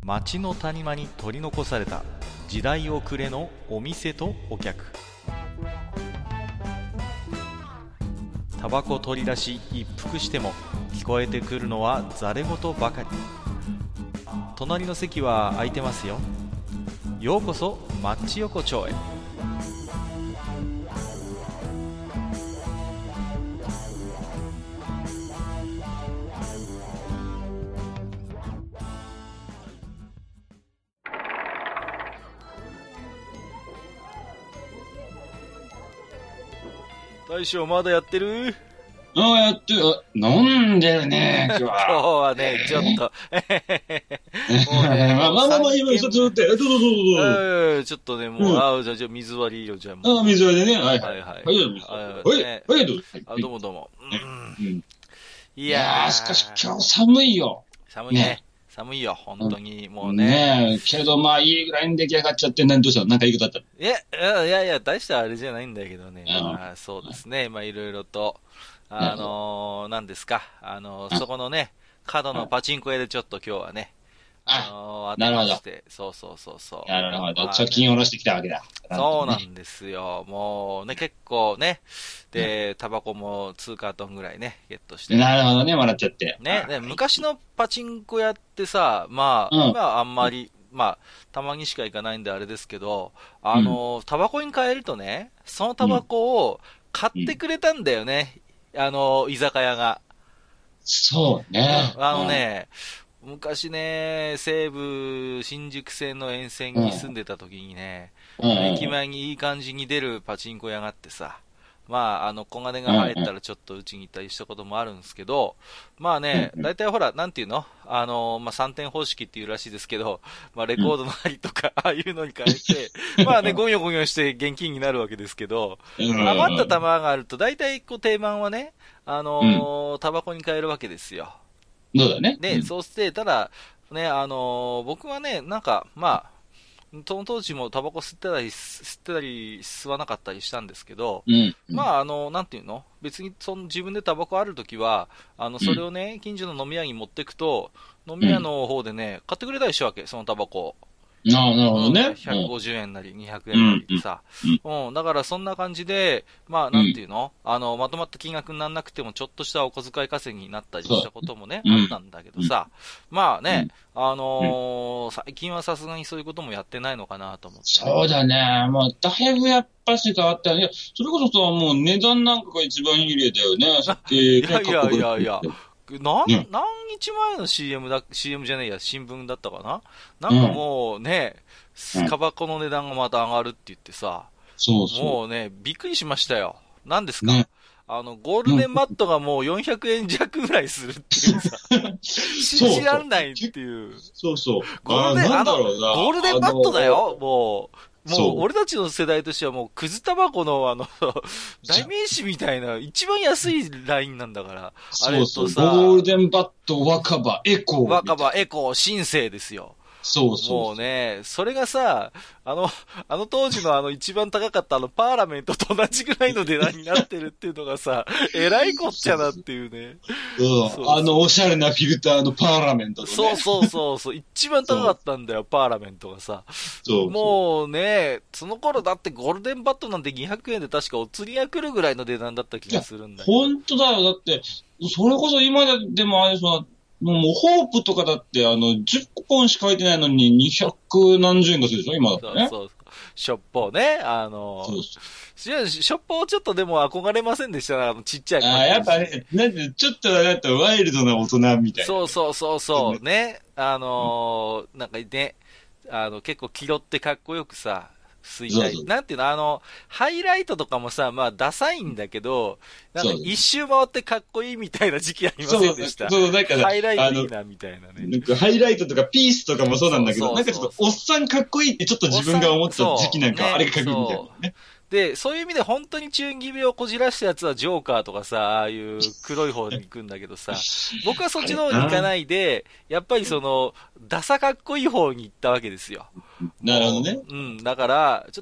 町の谷間に取り残された時代遅れのお店とお客。タバコ取り出し一服しても聞こえてくるのはざれ言ばかり。隣の席は空いてますよ。ようこそマッチ横丁へ。大将まだやってる？ やってる。飲んでるね、今日今日は。 はね、ちょっと、もうね、 今一つ打って、どうぞどうぞどうぞ。 ちょっとね、もう、じゃあ水割りよ、じゃあもう。 水割りでね、はいはい。 はいはい。 はい、どうぞ。 どうもどうも。いいやー、 しかし今日寒いよ。 寒いね。寒いよ、本当に、もうね。 ねえ、けどまあいいぐらいに出来上がっちゃって、どうしたの？なんかいいことあった？ いや、大したあれじゃないんだけどね。まあ、そうですね。まあ、いろいろと、何ですか。そこのね、角のパチンコ屋でちょっと今日はね、当てまして。そう。 なるほど。貯金下ろしてきたわけだ。 そうなんですよ。もうね、結構ね。で、タバコも2カートンぐらいね、ゲットして。 なるほどね、もらっちゃって。 ね、昔のパチンコ屋ってさ、まあ、今はあんまり、まあ、たまにしか行かないんであれですけど、タバコに変えるとね、そのタバコを買ってくれたんだよね。居酒屋が。 そうね。 昔ね、西武新宿線の沿線に住んでた時にね、駅前にいい感じに出るパチンコ屋があってさ、まあ、小金が入ったらちょっとうちに行ったりしたこともあるんですけど、まあね、大体ほら、なんていうのまあ、3点方式っていうらしいですけど、まあ、レコードの針とか、ああいうのに変えて、まあね、ゴニョゴニョして現金になるわけですけど、余った玉があると、大体こう定番はね、タバコに変えるわけですよ。 そうだね。 で、そうして、ただ、ね、僕はね、なんか、まあ、その当時もタバコ吸ってたり、吸わなかったりしたんですけど、まあ、なんていうの別に、自分でタバコあるときは、それをね、近所の飲み屋に持ってくと、飲み屋の方でね、買ってくれたりしたわけ、そのタバコ。 なるほどね。 150円なり200円なりでさ。だからそんな感じで、まあなんていうのまとまった金額にならなくてもちょっとしたお小遣い稼ぎになったりしたこともね、あったんだけどさ。まあね、最近はさすがにそういうこともやってないのかなと思って。 そうだね。まあ、だいぶやっぱし変わったよね。いや、それこそさ、もう値段なんかが一番いい例だよね。さっき、 いや。何日前の CM じゃねえや、新聞だったかななんかもうね、タバコの値段がまた上がるって言ってさ、もうね、びっくりしましたよ。何ですか、ゴールデンバットがもう400円弱ぐらいするっていうさ、信じられないっていう。 そう。 ゴールデンバットだよ、もう、俺たちの世代としてはもう、クズタバコの代名詞みたいな、一番安いラインなんだから。あれとさ、 ゴールデンバット、若葉、エコー。 シンセイですよ。 そう。 もうね、それがさ、当時の一番高かったパーラメントと同じぐらいの値段になってるっていうのがさ、えらいこっちゃなっていうね。 おしゃれなフィルターのパーラメントとね。 そう。一番高かったんだよ、パーラメントがさ。もうね、その頃だってゴールデンバットなんて200円で確かお釣りが来るぐらいの値段だった気がするんだけど。 本当だよ。だって、それこそ今でもあれさ、もうホープとかだって10本しか書いてないのに200何十円がするでしょ今だってね。 そう。しょっぽうね。しょっぽうちょっとでも憧れませんでしたちっちゃい子。 やっぱね、なんで、ちょっとだってワイルドな大人みたいな。 そう。ね。なんかね、結構気取ってかっこよくさ、吸いたい。なんていうのハイライトとかもさ、まあ、ダサいんだけど、なんか一周回ってかっこいいみたいな時期ありませんでした。 だから。 ハイライトいいな、みたいなね。 なんかハイライトとかピースとかもそうなんだけど、なんかちょっとおっさんかっこいいってちょっと自分が思った時期なんか、あれがかっこいいみたいなね。 で、そういう意味で本当に中二病をこじらしたやつはジョーカーとかさ、ああいう黒い方に行くんだけどさ、僕はそっちの方に行かないで、やっぱりダサかっこいい方に行ったわけですよ。 なるほどね。 だから、ちょっと、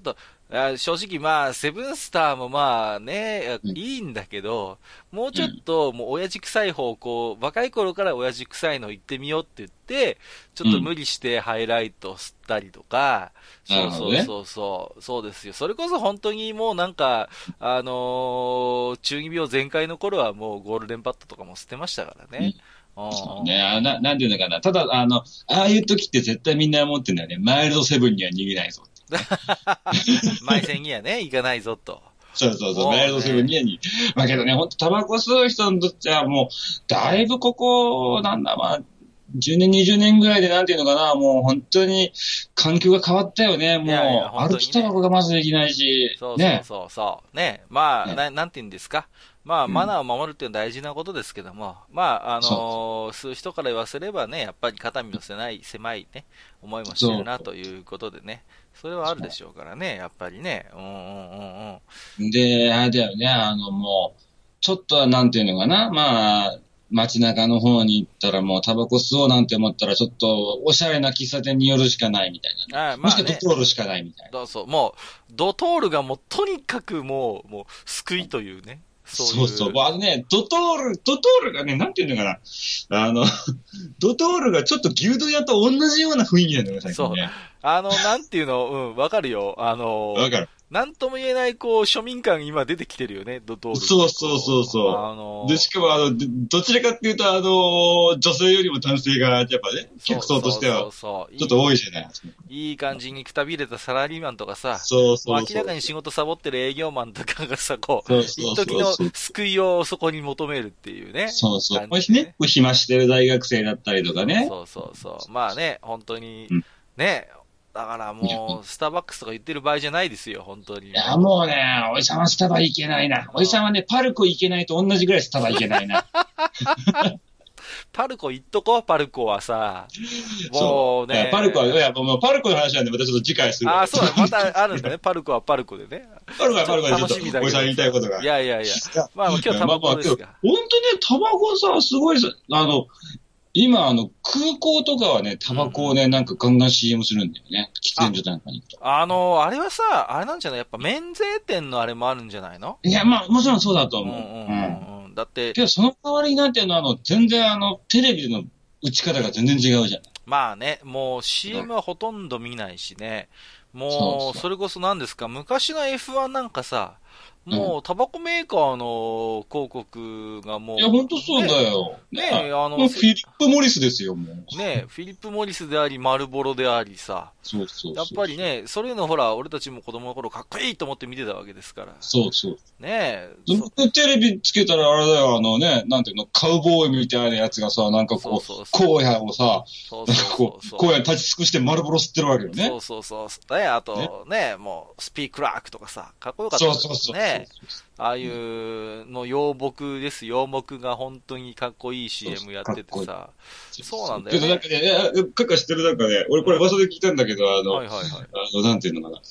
正直まあ、セブンスターもまあね、 うん。 いいんだけど、もうちょっうん。 ともう親父臭い方向、若い頃から親父臭いの行ってみようって言って、ちょっとうん。 無理してハイライト吸ったりとか、 なそうるほどね。 そうそうそう、そうですよ。それこそ本当にもうなんか、中二病全開の頃はもうゴールデンパッドとかも捨てましたからね。 うん。 うんうんそうね。 うん。 なんていうのかな。ただ、ああいう時って絶対みんな思ってんだよね。マイルドセブンには逃げないぞってね。 前線にはね、行かないぞと。 そうそうそう。マイルドセブンもうね、 にはまあけどね、ほんとタバコ吸う人にとってはもう、だいぶここ、なんだ、まあ、10年、20年ぐらいでなんていうのかな、もう本当に環境が変わったよね。 いやいや、 もう、歩きタバ本当にね。 コがまずできないし、 そうそうね。 そうそう。ね。まあ、 ね。 なんて言うんですか。まあ、 うん。 マナーを守るっていうのは大事なことですけども、まあ、 そう吸う人から言わせればね、やっぱり肩身の狭いね、思いもしてるなそう。 ということでね、それはあるでしょうからね、やっぱりね。うんうんうんうん。 で、あれだよね、もう、ちょっとはなんていうのかな、まあ、街中の方に行ったらもうタバコ吸おうなんて思ったらちょっとおしゃれな喫茶店に寄るしかないみたいなね。 あもしくはドまあね、 トールしかないみたいな。 そう、もう、ドトールがもうとにかくもう救いというね、そうそうそう。 いう、 もうドトールがね、なんていうのかな。あの、ドトールがちょっと牛丼屋と同じような雰囲気なんだよね、最近そう。 ね。 なんていうの、わかるよ。 わかる。 なんとも言えない、こう、庶民感今出てきてるよね、ドトールって、 そうそうそうこう。 そう。で、しかもどちらかっていうと女性よりも男性が、やっぱね、客層としては、ちょっと多いじゃない。 いい感じにくたびれたサラリーマンとかさ、 そうもうそうそう。 明らかに仕事サボってる営業マンとかがさ、こう、 そう一そう時のそうそう。 救いをそこに求めるっていうね、 そうそう。もしね、 感じでね。 こう暇してる大学生だったりとかね。 そうそうそうそう。まあね、本当に、 うん。 ね、だからいや、 もう、スターバックスとか言ってる場合じゃないですよ、本当にももうね、おじさんはスタバ行けないな。 う。 おじさんはね、パルコ行けないと同じぐらいスタバ行けないな。 パルコ行っとこう、パルコはさ。もうそう。パルコは、いね、 や、もうパルコの話なんでまたちょっと次回するわ。 あ、そうだ、またあるんだね。パルコはパルコでね。 パルコはちょっと、 楽しみだおじさん言いたいけどさ。 ことが。 いやいやいや。 いや、 まあ今日タバまあまあ、今日、 コですが。 本当ね、タバコさ、すごいさ、今、空港とかはね、タうんうん。 バコをね、なんかガンガン CM するんだよね。喫あ、 煙所なんかに行くと。 あれはさ、あれなんじゃないやっぱ免税店のあれもあるんじゃないの？ いや、まあ、もちろんそうだとうんう思う。うん。 んうんうん。だって、 けど、その代わりになんていうの、全然テレビの打ち方が全然違うじゃない。 まあね、もううん。 CM はほとんど見ないしね。もう、 そうそそれこそ何ですか、昔の F1 なんかさ、 う。うん。 もうタバコメーカーの広告がいや、 もほんとそうだう、 よ。ね。 ねえ、 もうフィリップ・モリスですよ、もう。 ねえ、フィリップ・モリスであり、マルボロでありさ、 そうそうやっそうそう。 ぱりね、そういうのほら、俺たちも子供の頃かっこいいと思って見てたわけですから。 そうそう。 ねえ、 テレビつけたらあれだよ、なんていうの、カウボーイみたいなやつがさ、なんかそうこう、 そうそう。 荒野をさ、 そうそうなんかこう、 そうそう。 荒野に立ち尽くして丸ボロ吸ってるわけよね。 そうそうそう。ね、あね。 と、ね、もう、スピークラークとかさ、かっこよかったそうそうそうそうね。ああいそう。ね。 うの洋木です。洋木が本当にかっこいいそうそ CM やっう、かっこいい。 ててさ。 そうそうなんそう。けどなんだよね。 かね、カッカしてる中で、俺これうん。 噂で聞いたんだけど、 はいはいはい。 なんていうのかな。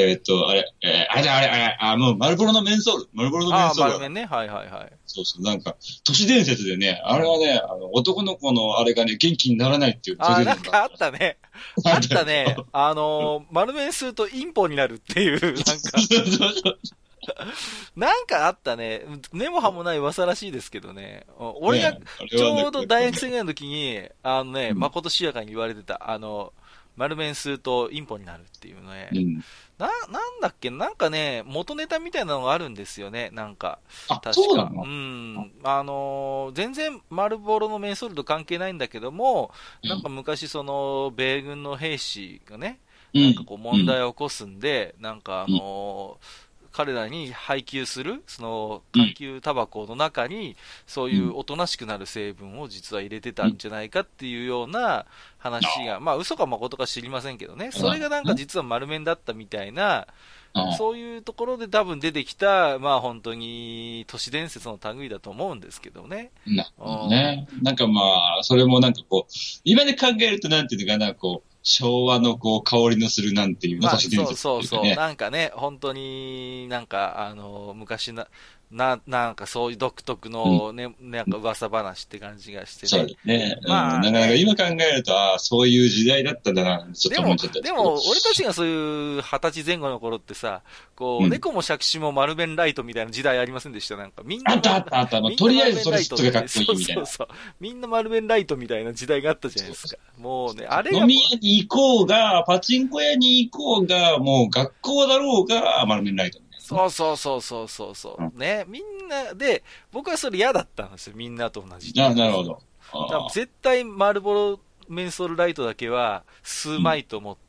あれ、もう、丸ボロのメンソール。丸ボロのメああ、 ンソールは、 丸麺ね。はいはいはい。 そうそう、なんか、都市伝説でね、 うん。 あれはね、男の子のあれがね、元気にならないっていう都市ああ、 伝説があっなんかあったね。 た。 あなんだよ。 ったね。丸麺するとインポになるっていう、なんか、 そうそうそう。 なんかあったね。根も葉もない噂らしいですけどね。俺がねあれちはね、 ょうど大学生ぐらいの時に、 うん、 まことしやかに言われてた、丸麺吸うとインポになるっていうね。 うん。 なんだっけ、なんかね、元ネタみたいなのがあるんですよね、なんか。 あ、 確か。うそうなの？ ん。全然丸ボロのメンソールと関係ないんだけども、なんかうん、 昔その、米軍の兵士がね、 うん、 なんかこううん、 問題を起こすんで、なんかうん、 彼らに配給する、その、 うん、 緩急タバコの中に、そううん、 いうおとなしくなる成分を実は入れてたうん。 んじゃないかっていうような話が、まあ嘘か誠か知りませんけどね、それがなんかね。 実は丸面だったみたいな、 あそういうところで多分出てきた、まあ本当に都市伝説の類だと思うんですけどね。 なるうん。 ほどね。なんかまあ、それもなんかこう、今で考えるとなんていうのかな、こう、昭和のこう、香りのするなんていうの、都まあ、そう市伝説っそうそう。 ていうかね。 なんかね、本当になんか、昔な、 なんかそういう独特うん。 のね、なんか噂話って感じがしてね。 そうですね。うん。なかなかまあね、 今考えると、ああ、そういう時代だったんだな、ちょっと思っちゃったんですけど。 俺たちがそういう20歳前後の頃ってさ、こう、 うん。 猫も杓子も丸弁ライトみたいな時代ありませんでした？なんか、みんあったあな丸、 ったあった。もうみんなとりあえず丸弁ラそれ知っとけかっイトって、そうこいいみたいな。 そうそう。みんな丸弁ライトみたいな時代があったじゃないですか。もうね、あれ飲がもう、 み屋に行こうが、パチンコ屋に行こうが、もう学校だろうが、丸めないとみたいなね。 そうそうそうそうそううん。 そう。ね、みんなで、僕はそれ嫌だったんですよ。みんなと同じってあ、 いうのはさ。 なるほど。 だからああ。 絶対丸ボロメンソールライトだけは吸ううん。 まいと思って、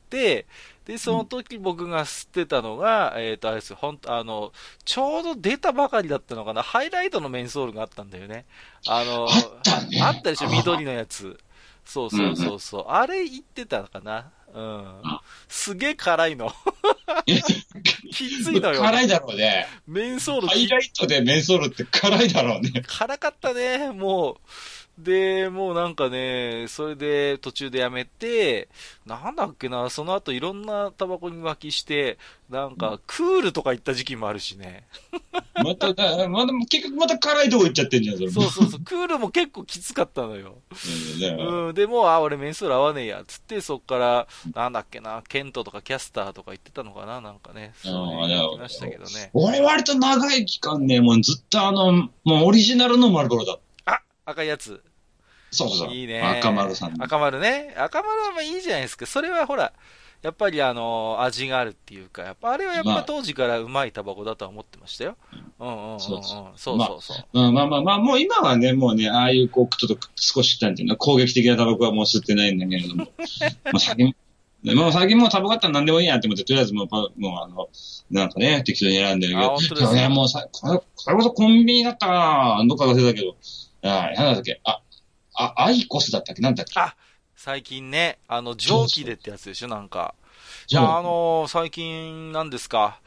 で、そのうん。 時僕が吸ってたのが、あれですよ、ちょうど出たばかりだったのかな、ハイライトのメンソールがあったんだよね。 あったね。 あったでしょ、緑ああ。 のやつ。そうそううんうん。 そうそう。あれ言ってたかな。うん。 あ、 すげえ辛いの。 え、 きついのよ。 辛いだろうね。 メンソールハイライトでメンソールって辛いだろうね。 辛かったね、もう。で、もうなんかね、それで途中でやめて、なんだっけな、その後いろんなタバコに浮気して、なんかクールとか行った時期もあるしね。 結局また辛いとこ行っちゃってんじゃん、それも。 そうそうそう、クールも結構きつかったのよ。 ね。 うん、でもう、あ、俺メンソール合わねえや、つって、そっから、なんだっけな、ケントとかキャスターとか言ってたのかな、なんかね、そのああ、 辺なるほ行きましたけど。 どね。 俺割と長い期間ね、もうずっともうオリジナルの丸ボロだ。 あ、赤いやつ。 そうそう。 いい赤丸ね。 さんの。 赤丸ね。赤丸はまあいいじゃないですか。それはほら、やっぱり味があるっていうか、やっぱあれはやっぱまあ、 当時からうまいタバコだとは思ってましたよ。うんうんうんそうそうん。そう。 うそうそまあまあまあ、もう今はね、もうね、ああいう、こう、ちょっと少し、なんていうの、攻撃的なタバコはもう吸ってないんだけれども、まあ最近、もう最近もうタバコだったら何でもいいやって思って、とりあえずもうなんかね、適当に選んでるう。あ、 けど、 本当でいやね、 すか。 もうこれこそコンビニだったかな、どっか忘れたけど、なんだったっけ、アイコスだったっけ、なんだっけ。 あ、最近ね、蒸気そうそう。 でってやつでしょ、なんか。いや、 そう。 最近なんですか。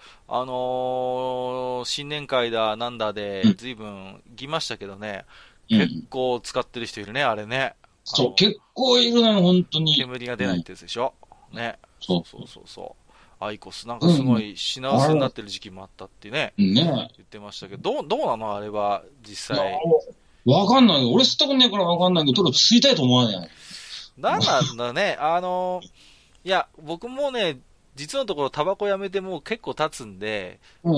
新年会だ、なんだで、 うん、 随分来ましたけどね。結うん。 構使ってる人いるね、あれね。 そう、結構いるのよ、本当に。 煙が出ないっうん、 てやつでしょ。ね。そうそうそう。 そうそう。アイコス、なんかうん、 すごい品薄になあれ、 ってる時期もあったってね、 ね。 言ってましたけど、どうなのあれは、実いや、 際。 わかんない。俺吸ったことねえからわかんないけど、とりあえず吸いたいと思わない。 なんなんだね。いや、僕もね、実のところタバコやめてもう結構経つんで、 うん。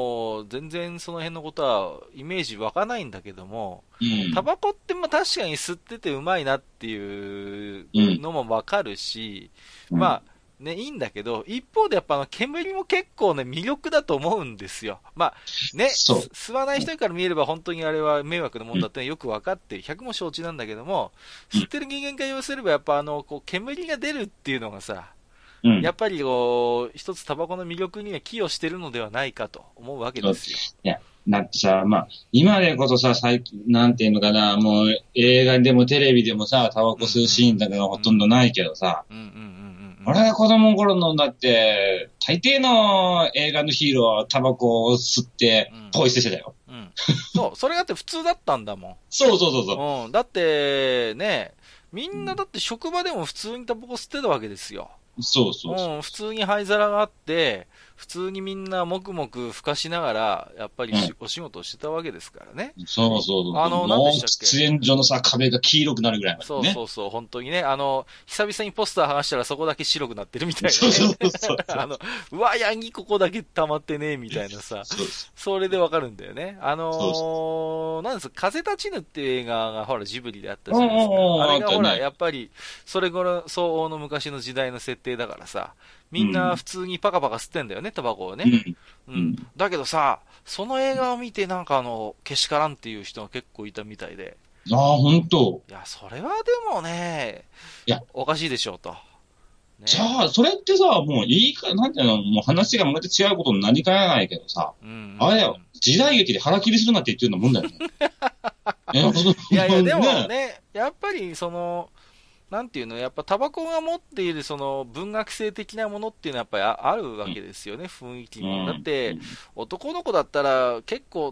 もう全然その辺のことはイメージ湧かないんだけども、 うん。 タバコってまあ確かに吸っててうまいなっていううん。 のもわかるし、 うん。 まあね、いいんだけど、一方でやっぱ煙も結構ね、魅力だと思うんですよ。まあね、 そ吸わないう。 人から見れば本当にあれは迷惑なもうん。 んだってよくわかって100も承知なんだけども、 うん。 吸ってる人間から言わせればやっぱこう煙が出るっていうのがさ、 うん。 やっぱりこう、一つタバコの魅力には寄与してるのではないかと思うわけそう。 ですよ。 いや、だってさ、まあ、今でこそさ、最近、なんていうのかな、もう映画でもテレビでもさ、タバうんうコ吸うシーンだけどほとんん。 どないけどさ、 うんうんうんうんうん俺が子供の頃の、だって、大抵の映画のヒーローはタバコを吸ってうん。うん。 ポイ捨てしてたよ。 うん。そう、それだって普通だったんだもそうそうそうそん。うん。だってね、みんなだって職場でも普通にタバコ吸ってたわけですよ。 う。そうそうそうん、普通に灰皿があって、普通にみんな黙々ふかしながら、やっぱりう。うん。 お仕事をしてたわけですからね。 そうそうそう。 何でもうしたっけ？ 喫煙所のさ、壁が黄色くなるぐらいまでそうね。 そうそう、本当にね。久々にポスター剥がしたらそこだけ白くなってるみたいなね。 そうそうそうそう。 うわ、ヤギここだけ溜まってね、みたいなさ。 そうそれでわかるんだよね。 そうそなんです風立ちぬっていう映画がほらジブリであったう。うんうじゃないですか。あんうん、 れがほら、 あったね。 やっぱり、それ頃相応の昔の時代の設定だからさ、みんなうん。 普通にパカパカ吸ってんだよね、タバコをね。 うん。 うん。 うん。 だけどさ、その映画を見てなんかけしからんっていう人が結構いたみたいで。 ああ、本当。 いや、それはでもね、 いや、 おかしいでしょうと。ね。 じゃあ、それってさ、もうなんていうの、もう話がまた違うことになりかねないけどさ、 うんうんうあれだよ、 ん。 時代劇で腹切りするなって言ってるようなもんだよね。 いやいや、でもねね、やっぱりなんていうの、やっぱタバコが持っているその文学性的なものっていうのはやっぱりあるわけですよね、雰囲気うにも。だっん。うて、 ん。 男の子だったら結構ね、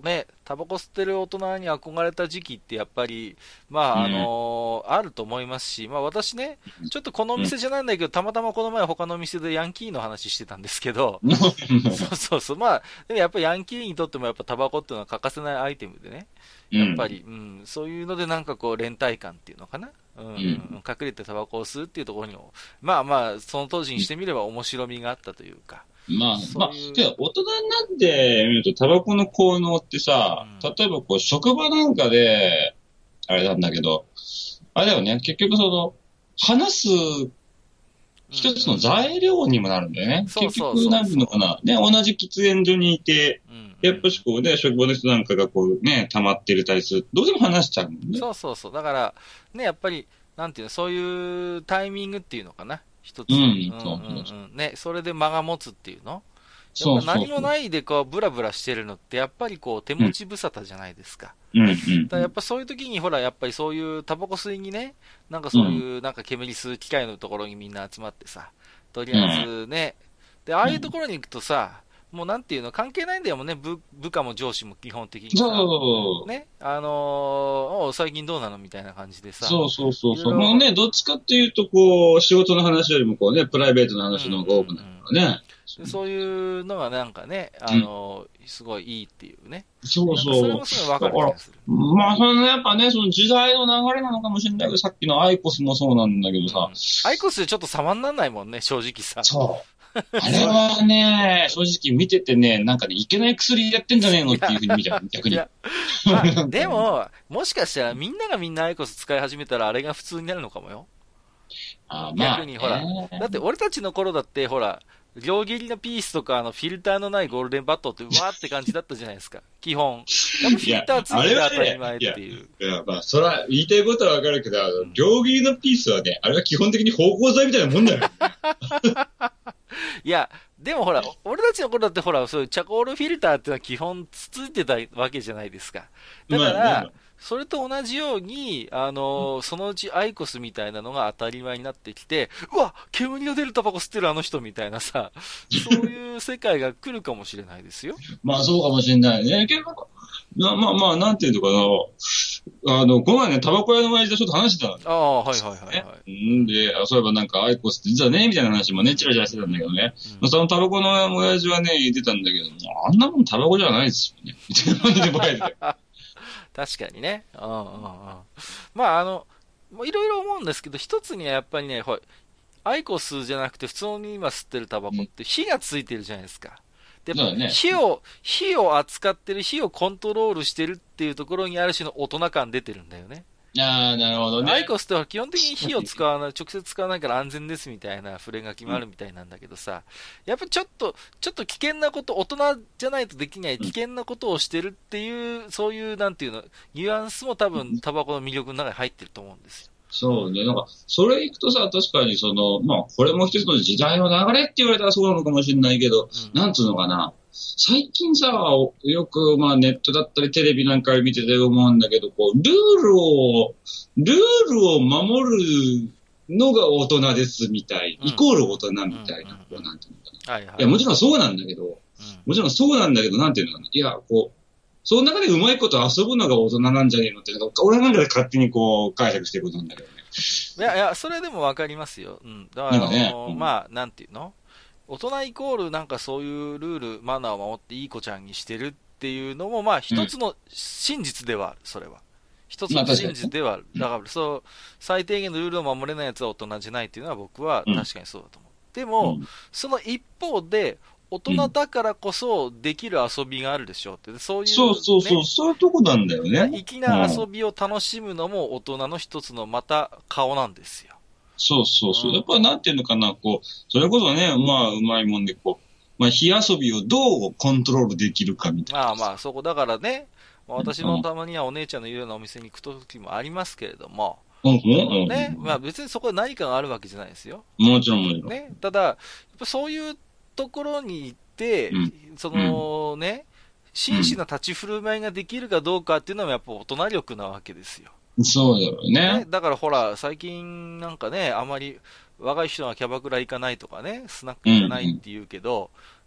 タバコ吸ってる大人に憧れた時期ってやっぱり、まあ、あると思いますし、まあ私ね、ちょっとこのおうん。 店じゃないんだけど、たまたまこの前他のお店でヤンキーの話してたんですけど、そうそうそう、まあ、でもやっぱりヤンキーにとってもやっぱタバコっていうのは欠かせないアイテムでね、 うん。 やっぱり、そういうのでなんかこう連帯感っていうのかな。 うん。 隠れてタバコを吸うっていうところにも、まあまあ、その当時にしてみれば面白みがあったというか、 まあ、まあ、 そういう、 で、大人になってみると、タバコの効能ってさ、 うん、 例えばこう、職場なんかで、あれなんだけど、あれだよね、結局話すうん、 一つのうん。 材料にもなるんだよね。 そうそう結局、なんていうのそうそかな、ね、同じ喫煙所にいて、 う。うん、うん、 やっぱしうん。 こうね、職場の人なんかがこうね、溜まってるたりする。どうしても話しちゃうもんね。 そうそうそう。だから、ね、やっぱり、なんていうの、そういうタイミングっていうのかな。一つの。 うん、 うん、うん、 そうそうそう。 うん。ね、それで間が持つっていうの。やっそうぱ何もそうそう。 ないでこう、ブラブラしてるのって、やっぱりこう、手持うん、 ち無沙汰じゃないですか。 うん、うん、 だからやっぱそういう時にほら、やっぱりそういうタバコ吸いにね、なんかうん、 そういうなんか煙吸う機械のところにみんな集まってさ、とりあえうん、 ずね、で、ああいうとうん。 ころに行くとさ、もうなんていうの、関係ないんだよもんね、部下も上司も基本的にそうさ、 そうね、おう最近どうなのみたいな感じでさ、 そうそうそうそう。もういろいろ、 ね、どっちかっていうと、こう、仕事の話よりもこうね、プライベートなうんうんう話の方が多くなるん。 からね。 でそういうのがなんかね、 うん。 すごいいいっていうね。 そうなんかそれそう。 もすごいわかだから、 る気がする。 まあ、やっぱね、その時代の流れなのかもしれないけど、さっきのアイコスもそうなんだけどさ、 うん。アイコスでちょっと様にならないもんね、正直さ。 そう。あれそう。 はね、正直見ててね、なんかね、いけない薬やってんじゃねえのっていういや、 ふうに見ちゃう、逆に。 いや、まあ、 なんかね、 でも、もしかしたらみんながみんなアイコス使い始めたらあれが普通になるのかもよ。 あ、まあ逆に、ほら。だってね。 俺たちの頃だって、ほら、両切りのピースとか、フィルターのないゴールデンバットって、うわーって感じだったじゃないですか。基本。やっぱフいや、 ィルターついあててれはね、 当たり前っいや、 ていう。 まあ、そら、言いたいことはわかるけど、 うん。 両切りのピースはね、あれは基本的に芳香剤みたいなもんだよ。 いや、でもほら、俺たちの頃だってほら、そういうチャコールフィルターってのは基本つついてたわけじゃないですか。だかまあね、まら、 あ、 それと同じように、そのうちアイコスみたいなのが当たり前になってきて、うわ煙が出るタバコ吸ってるあの人みたいなさ、そういう世界が来るかもしれないですよ。 まあそうかもしれないね。けどなんか、まあまあ、なんていうのかな。この前ね、タバコ屋の親父とちょっと話してたのよ。 ああ、はいはいはいね。 はい。 んで、そういえばなんかアイコスって実はね、みたいな話もね、チラチラしてたんだけどね。 うん。 そのタバコの親父はね、言ってたんだけど、あんなもんタバコじゃないですよね。みたいな感じでぼやいてたよ。 確かにね。うんうんうん。まあもういろいろ思うんですけど、一つにはやっぱりね、アイコスじゃなくて普通に今吸ってるタバうん。 コって火がついてるじゃないですか。で、やっぱそうだね。 火を扱ってる、火をコントロールしてるっていうところにある種の大人感出てるんだよね。 ああ、なるほどね。 アイコスっては基本的に火を使わない、直接使わないから安全ですみたいな触れ書きうん。 もあるみたいなんだけどさ、やっぱちょっと危険なこと、大人じゃないとできないうん。 危険なことをしてるっていう、そういう、なんていうの、ニュアンスも多分タバコの魅力の中に入ってると思うんですよ。 そうね。なんか、それ行くとさ、確かにまあ、これも一つの時代の流れって言われたらそうなのかもしれないけど、 うん。 なんつうのかな。最近さ、よく、まあ、ネットだったりテレビなんか見てて思うんだけど、こう、ルールを守るのが大人ですみたい、 うん。うん。 イコール大人うん。うん。 みたいな、こう、なんていうのかな。 はいはいいや、もちろんはい。 そうなんだけど、 うん。 もちろんそうなんだけど、なんていうのかな。いや、こう、その中でうまいこと遊ぶのが大人なんじゃねえのって、なんか俺なんかで勝手にこう解釈してることなんだけどね。 いやいや、それでもわかりますよ。うん。だからなんかね、うん、 まあ、なんていうの、大人イコールなんかそういうルール、マナーを守っていい子ちゃんにしてるっていうのも、まあうん。 一つの真実ではある、それは。一つまあの確かにね。 真実ではある。だから、そう、最低限のルールを守れない奴は大人じゃないっていうのは僕はうん、 確かにそうだと思う。でも、 うん、 その一方で、大うん。 人だからこそできる遊びがあるでしょうって。そうそういうね、 そうそう、そういうとこなんだよね。 粋うん。 な遊びを楽しむのも大人の一つのまた顔なんですよ。 そうそうそう。やっうん。 ぱりなんていうのかな、こう、それこそね、まあ、うまいもんで、こう、まあ、火遊びをどうコントロールできるかみたいなさ。 まあまあ、そこだからね、まあ私うん、 もたまにはお姉ちゃんのいるようなお店に行く時もありますけれども、 うん、うん、 そのね、 うん。 まあ別にそこで何かがあるわけじゃないですよ。 もちろん、もちろん。 ね、ただ、やっぱそういうところに行って、 うん、 そうん、 のね、真摯うな立ち振る舞いができるかどうかっていうのはやっぱ大人力なわけですよ。 ん。そうだろうね、 ね。 だからほら、最近なんかね、あまり若い人がキャバクラ行かないとかね、スナックうん、う行かないっん、 て言うけど、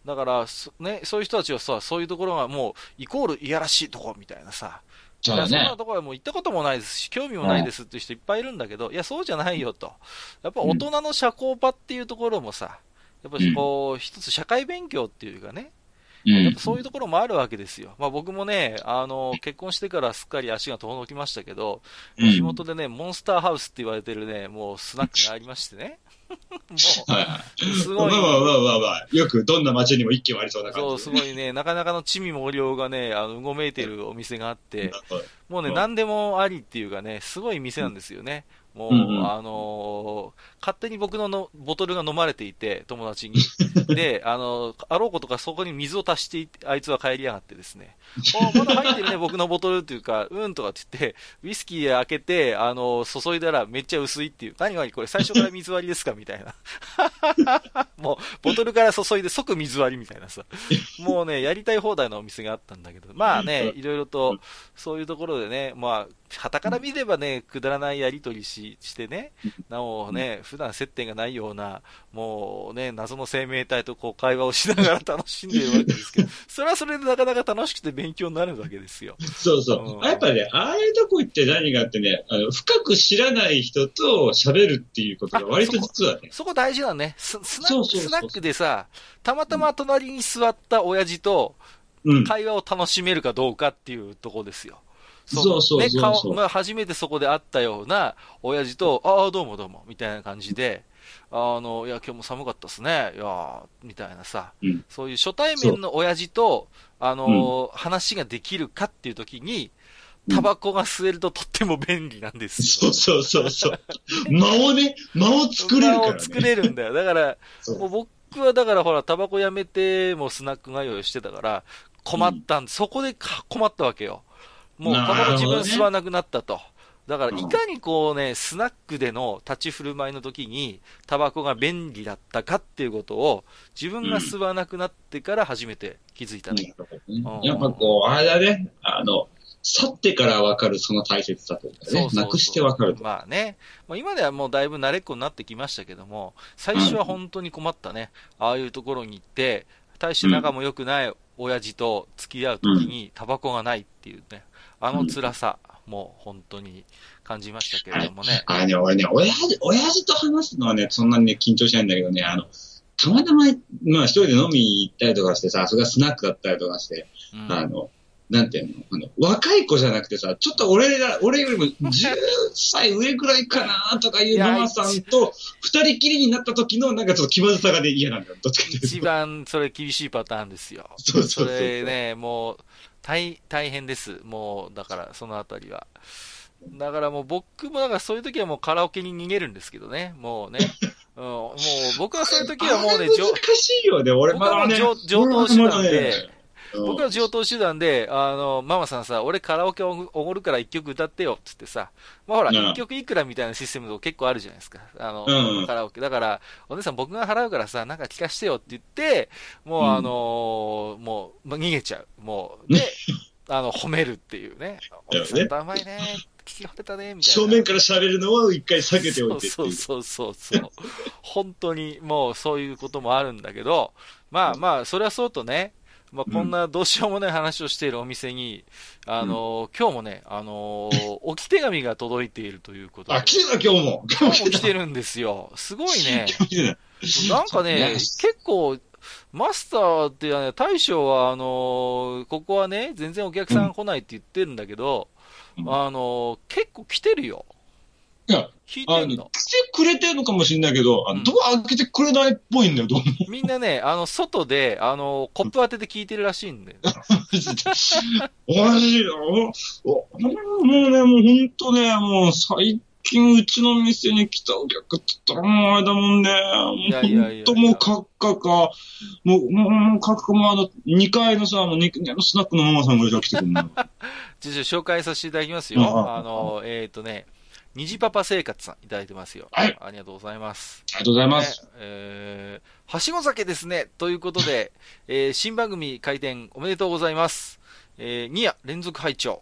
だから、ね、そういう人たちはさ、そういうところがもう、イコールいやらしいとこみたいなさ、いや、そんなそうだね。 ところはもう行ったこともないですし、興味もないですっていう人いっぱいいるんだけど、いや、そうじゃないよと。やっぱ大人の社交場っていうところもさ、やっぱうん。 こう、一つ社会勉強っていうかね、 うん。 やっぱそういうところもあるわけですよ。まあ僕もね、結婚してからすっかり足が遠のきましたけど、 うん。 地元でね、モンスターハウスって言われてるね、もうスナックがありましてね。もはいはい。 う、すまあまあまあごい、 まあまあ、よくどんな街にも一軒はありそうな感そう、 じでね。 すごいね、なかなかの地味猛量がね、うごめいてるお店があって、 なるほど。 もうね、 うん。 何でもありっていうかね、すごい店なんですよね。 うんうもう、 ん。 勝手に僕のボトルが飲まれていて、友達に。で、あろうことかそこに水を足していて、あいつは帰りやがってですね。まだ入ってるね、僕のボトルっていうか、うんとかって言って、ウイスキー開けて、注いだらめっちゃ薄いっていう。何これ最初から水割りですかみたいな。もう、ボトルから注いで即水割りみたいなさ。もうね、やりたい放題のお店があったんだけど、まあね、いろいろと、そういうところでね、まあ、傍から見ればね、くだらないやりとりしてね、なおね、普段接点がないような、もうね、謎の生命体とこう会話をしながら楽しんでいるわけですけど、それはそれでなかなか楽しくて勉強になるわけですよ。 そうそう。 うん。 やっぱね、ああいうとこ行って何があってね、深く知らない人と喋るっていうことあ、 が割と実はね、 そこ大事だね。 そうそうスナッそうそクでさ、たまう。うん。 たま隣に座った親父とうん。 会話を楽しめるかどうかっていうところですよ。その、 そうそうね、顔、 そうそまあ、初めてそこで会ったような親父と、ああ、どうもどうも、みたいな感じで、いや、今日も寒かったっすね、いやー、みたいなさ、 う。うん。 そういう初対そ面の親父と、 う。うん。 話ができるかっていう時に、 うん。 タバコが吸えるととっても便利なんですよ。 そうそうそうそう。 ね。 間を作れるからね。 作れるんだよ。だから、 そう。 もう僕はだからほら、タバコやめて、もうスナック通いをしてたから、 うん。 そこで困ったわけよ。もうタバなコ自分るほどね。 吸わなくなったと。だから、 うん。 いかにこうね、スナックでの立ち振る舞いの時に、タバコが便利だったかっていうことを、自分がうん。 吸わなくなってから初めて気づいたなね。 るほどね。 うんうんやっぱうん。 こう、あれだね。去ってから分かるその大切さというかね。 そうなくしてそうそう。 分かると。 まあね。まあ、今ではもうだいぶ慣れっこになってきましたけども、最初はうん。 本当に困ったね。ああいうところに行って、大してうん。 仲も良くない親父と付き合ううん。 時にタバコがないっていうね。あのうん。 辛さ、もう本当に感じましたけれあれ、 どもね。 あれね、俺ね、親父と話すのはね、そんなにね、緊張しないんだけどね、たまたま、まあ一人で飲み行ったりとかしてさ、それがスナックだったりとかして、 うん。 あの、なんていうの、若い子じゃなくてさ、ちょっと俺よりも10歳上くらいかなとかいいや、 うママさんと二人きりになった時のなんかちょっと気まずさがね、嫌なんだよ。どっちかという一と。 番それ厳しいパターンですよ。そそうそうそうそれね、もう、大変です。もう、だからそのあたりは。だからもう僕もだからそういう時はもうカラオケに逃げるんですけどね。もうね。うん、もう僕はそういうう。 時はもうね、 あれ難しいよね。俺僕はもうまだね、 上俺は等手まだね、 段で、僕うん。 は上等手段で、ママさんさ、俺カラオケおごるから一曲歌ってよ、つってさ、まあほら、一なあ、 曲いくらみたいなシステムと結構あるじゃないですか。 うん。 カラオケ。だから、お姉さん僕が払うからさ、なんか聞かしてよって言って、もううん。 もう逃げちゃう。もう、で、褒めるっていうね。お姉さんだよね。 歌うまいね、聞き惚れたね、みたいな。 正面から喋るのを一回避けておいそうてっていう。 そうそうそうそう。本当にもうそういうこともあるんだけど、まあまあ、それはそうとね、まあこんうん。 などうしようもない話をしているお店に、 うん。 今日もね、置き手紙が届いているということあ、 で、 来てた、今日も。今今日日も来てた。 も来てるんですよ。すごいね。 今日も来てなんかた。いや、 ね、結構、マスターってね、大将は、ここはね、全然お客うん。 さん来ないって言ってるんだけど、 うん。 結構来てるよ。 いや、来聞いてんの。 てくれてるのかもしれないけど、ドうん。 ア開けてくれないっぽいんだよ、どうも。 みんなね、外で、コップ当てて聞いてるらしいんだよね。 マジで。マジで。もうね、もうほんとね、もう最近うちの店に来たお客って言ったらもうあれだもんね。もいやいやうほんといやいや。 もうカッカか、もうカッカも2階のさ、もうスナックのママさんが来てくるの。 紹介させていただきますうん、 よ。 あ、 虹パパ生活さんいただいてますよ。 はい、 ありがとうございます。 ありがとうございまね、 す。 はしご酒ですね。ということで、新番組開店おめでとうございます。2夜連続拝聴。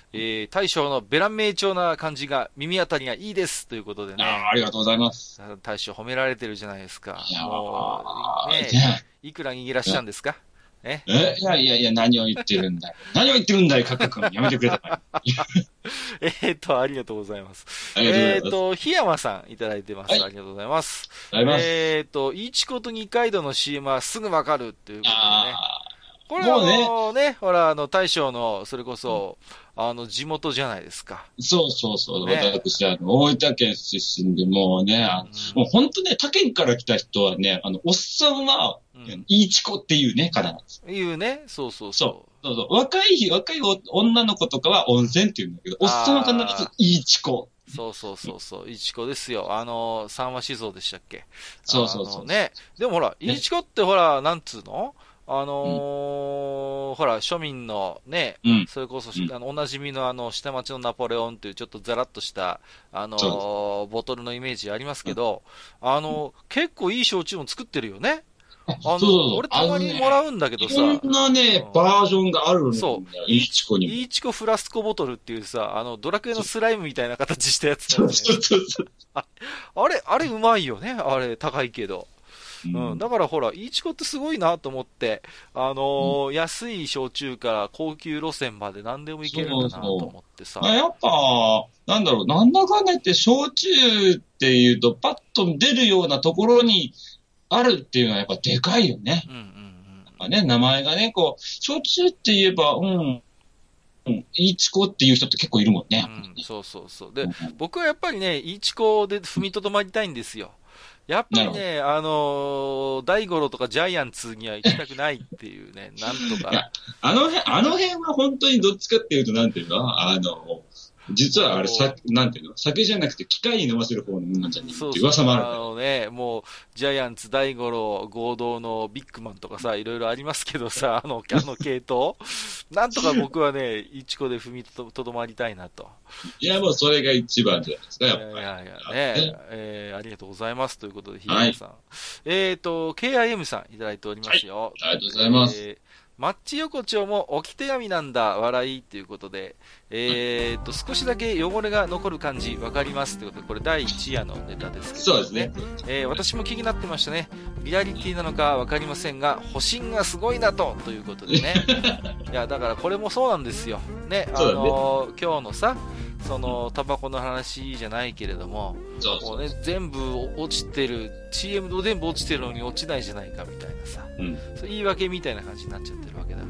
大将のベラン名調な感じが耳当たりがいいですということでね。 ありがとうございます。 大将褒められてるじゃないですか。 いやもう、ね、いくら握らしたんですか？ いやいやいや、何を言ってるんだい。何を言ってるんだい、カク君。やめてくれたまえ。 ありがとうございます。 ありがとうございます。 檜山さんいただいてます。はい、ありがとうございます。 ありがとうございます。 イチコと二階堂の CM はすぐわかるっていうことでね。これね、ほら、大将の、それこそ、地元じゃないですか。 そうそうそう。ね、私、大分県出身でもうね、もう本当ね、他県から来た人はね、おっさんは、いいちこっていうね、方なんです。 いうね、そう。 若い女の子とかは温泉って言うんだけど、おっさんは必ずいいちこ。 そう、いいちこですよ。三和酒造でしたっけ？ そう。 ね。でもほら、いいちこってほら、なんつうの？ほら、庶民のね、それこそ、おなじみの下町のナポレオンっていうちょっとザラッとした、ボトルのイメージありますけど、結構いい焼酎も作ってるよね。俺たまにもらうんだけどさ。いろんなね、バージョンがあるんだよ。 そう。イーチコにも。イーチコフラスコボトルっていうさ、ドラクエのスライムみたいな形したやつだよね。あれうまいよね。あれ、高いけど。だからほら、イーチコってすごいなと思って、安い焼酎から高級路線まで何でもいけるんだなと思ってさ。 やっぱ、なんだろう、なんだかんだ言って焼酎っていうとパッと出るようなところにあるっていうのはやっぱでかいよね。名前がね、こう、焼酎って言えば、イーチコっていう人って結構いるもんね。 そう。で、僕はやっぱりね、イーチコで踏みとどまりたいんですよ。やっぱりね、大五郎とかジャイアンツには行きたくないっていうね、なんとか。 あの辺は本当にどっちかっていうと、なんていうの実はあれ、なんていうの酒じゃなくて機械に飲ませる方のものなんじゃねえっていう噂もある。 ね、もう、ジャイアンツ、大五郎、合同のビッグマンとかさ、いろいろありますけどさ、系統なんとか僕はね、イチコで踏みとどまりたいなと。 いや、もうそれが一番じゃないですか、やっぱり。 ありがとうございます。ということで、ひやさん。KIM さんいただいておりますよ。 ありがとうございます。 マッチ横丁も置き手紙なんだ、笑いということで、少しだけ汚れが残る感じ、わかりますということで、これ第1夜のネタですけど、ね。 そうですね。 私も気になってましたね。リアリティなのかわかりませんが、保身がすごいなということでね。いや、だからこれもそうなんですよ。ね、今日のさ、タバコの話じゃないけれども、もうね、全部落ちてる、CM も全部落ちてるのに落ちないじゃないかみたいなさ、そう言い訳みたいな感じになっちゃってるわけだから、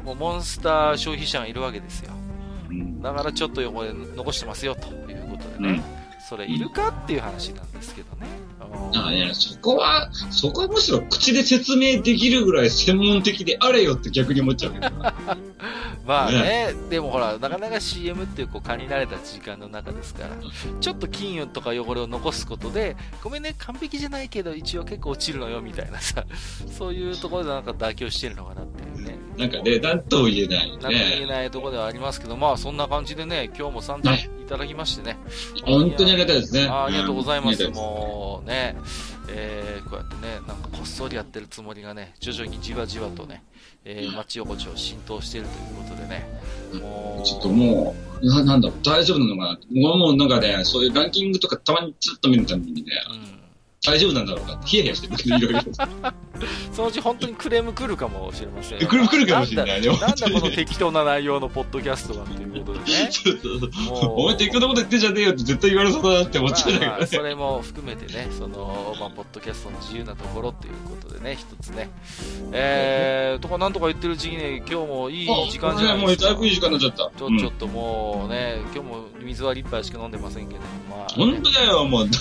もうモンスター消費者がいるわけですよ。だからちょっと汚れ残してますよということでね、それいるかっていう話なんですけどね。 そこはむしろ口で説明できるぐらい専門的であれよって逆に思っちゃうけどな。 まあね、でもほら、なかなか CM っていう限られた時間の中ですから、ちょっと菌とか汚れを残すことで、ごめんね、完璧じゃないけど一応結構落ちるのよみたいなさ、そういうところでなんか妥協してるのかなっていうね。 なんかね、なんとも言えないね。 なんとも言えないところではありますけど、まあそんな感じでね、今日も散々いただきましてね。 本当にありがたいですね。 ありがとうございます。もうね、こうやってね、なんかこっそりやってるつもりがね、徐々にじわじわとね、町横丁浸透しているということでね、 ちょっともう、なんだろう、大丈夫なのかな。もうなんかね、そういうランキングとかたまにちょっと見るためにね、大丈夫なんだろうかってヒヤヒヤしてるけど、いろいろ。 そのうち本当にクレーム来るかもしれません。 来るかもしれないね。 なんだこの適当な内容のポッドキャストはっていうことでね。 お前適当なこと言ってんじゃねえよって絶対言われそうだなって思っちゃうからね。 それも含めてね、ポッドキャストの自由なところっていうことでね、一つね。とかなんとか言ってるうちにね、今日もいい時間じゃないですか。 もうだいぶいい時間になっちゃった。 ちょっともうね、今日も水は1杯しか飲んでませんけど、まあ。 本当だよ、もう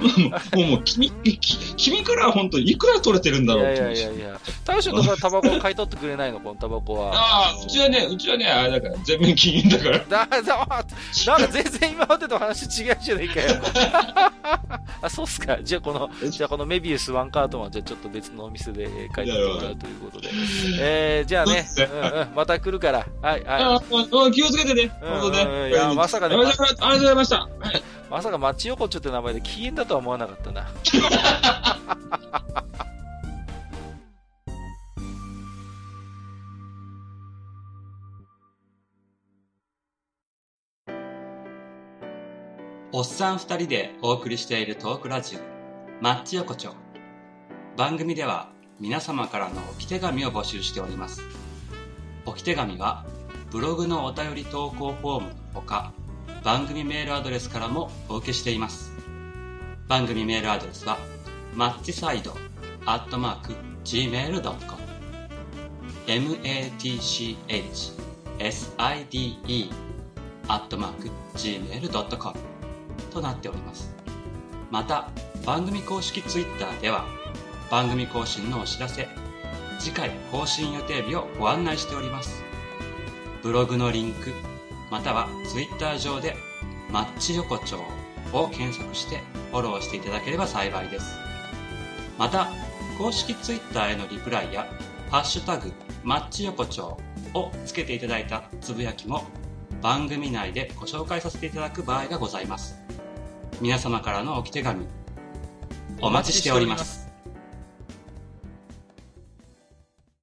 君からは本当にいくら取れてるんだろうって。 いや。大将とかタバコ買い取ってくれないの、このタバコは。 うちはね、あれだから、全面禁煙だから。 なんか全然今までと話違うじゃないかよ。そうっすか。じゃあこのメビウスワンカートンはじゃあちょっと別のお店で買い取ってもらうということで。じゃあね、また来るから。はい。 気をつけてね。 いや、まさかね。 ありがとうございました。 まさか町横丁って名前で禁煙だとは思わなかったな。 おっさん2人でお送りしているトークラジオマッチ横丁。番組では皆様からの置き手紙を募集しております。置き手紙はブログのお便り投稿フォームのほか、番組メールアドレスからもお受けしています。番組メールアドレスはマッチサイド@gmail.com matchside@gmail.com となっております。また番組公式ツイッターでは番組更新のお知らせ、次回更新予定日をご案内しております。ブログのリンクまたはツイッター上でマッチ横丁を検索してフォローしていただければ幸いです。また公式ツイッターへのリプライやハッシュタグマッチ横丁をつけていただいたつぶやきも番組内でご紹介させていただく場合がございます。皆様からの置き手紙お待ちしております。